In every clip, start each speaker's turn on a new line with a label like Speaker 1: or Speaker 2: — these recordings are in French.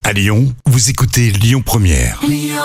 Speaker 1: À Lyon, vous écoutez Lyon Première.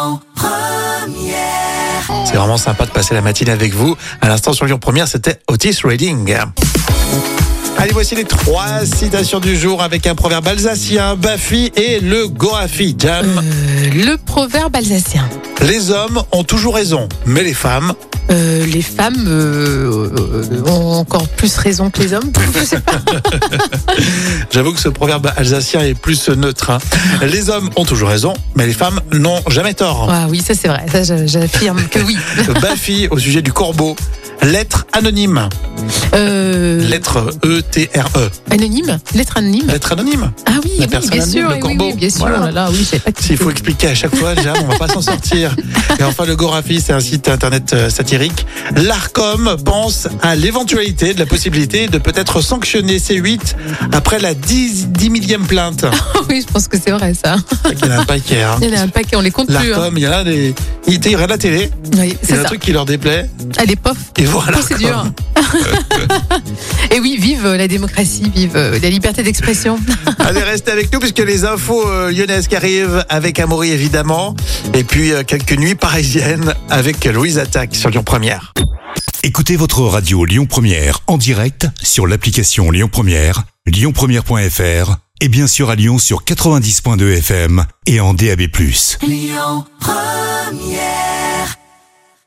Speaker 2: C'est vraiment sympa de passer la matinée avec vous. À l'instant sur Lyon Première, c'était Otis Redding. Allez, voici les 3 citations du jour avec un proverbe alsacien, Bafi et le Gorafi. Jam.
Speaker 3: Le proverbe alsacien.
Speaker 2: Les hommes ont toujours raison, mais les femmes...
Speaker 3: Les femmes ont encore plus raison que les hommes. Je sais pas.
Speaker 2: J'avoue que ce proverbe alsacien est plus neutre. Hein. Les hommes ont toujours raison, mais les femmes n'ont jamais tort.
Speaker 3: Ah oui, ça c'est vrai. Ça, j'affirme que oui.
Speaker 2: Bafi au sujet du corbeau. Lettre anonyme. Lettre E-T-R-E.
Speaker 3: Anonyme. Lettre anonyme.
Speaker 2: Lettre anonyme.
Speaker 3: Ah oui,
Speaker 2: La
Speaker 3: oui,
Speaker 2: personne
Speaker 3: bien
Speaker 2: anonyme,
Speaker 3: sûr,
Speaker 2: le corbeau.
Speaker 3: oui, bien sûr.
Speaker 2: Voilà.
Speaker 3: Oh là là, oui, je sais pas.
Speaker 2: S'il faut expliquer à chaque fois, Jam, on va pas s'en sortir. Et enfin, le Gorafi, c'est un site internet satirique. L'Arcom pense à l'éventualité, de la possibilité de peut-être sanctionner C8 après la 10 millième plainte.
Speaker 3: Oui, je pense que c'est vrai ça.
Speaker 2: Il y en a un paquet. Hein.
Speaker 3: Il y en a un paquet, on les compte plus. Hein.
Speaker 2: L'Arcom, il y en a des... Ils regardent la télé,
Speaker 3: Oui,
Speaker 2: il y
Speaker 3: c'est
Speaker 2: a un
Speaker 3: ça.
Speaker 2: truc qui leur déplaît.
Speaker 3: Allez, pof.
Speaker 2: Et voilà.
Speaker 3: Oh, c'est dur. Et oui, vive la démocratie, vive la liberté d'expression.
Speaker 2: Allez, restez avec nous puisque les infos lyonnaises qui arrivent avec Amaury évidemment. Et puis quelques nuits parisiennes avec Louise Attaque sur Lyon Première.
Speaker 1: Écoutez votre radio Lyon Première en direct sur l'application Lyon Première, lyonpremière.fr et bien sûr à Lyon sur 90.2 FM et en DAB+.
Speaker 4: Lyon Première.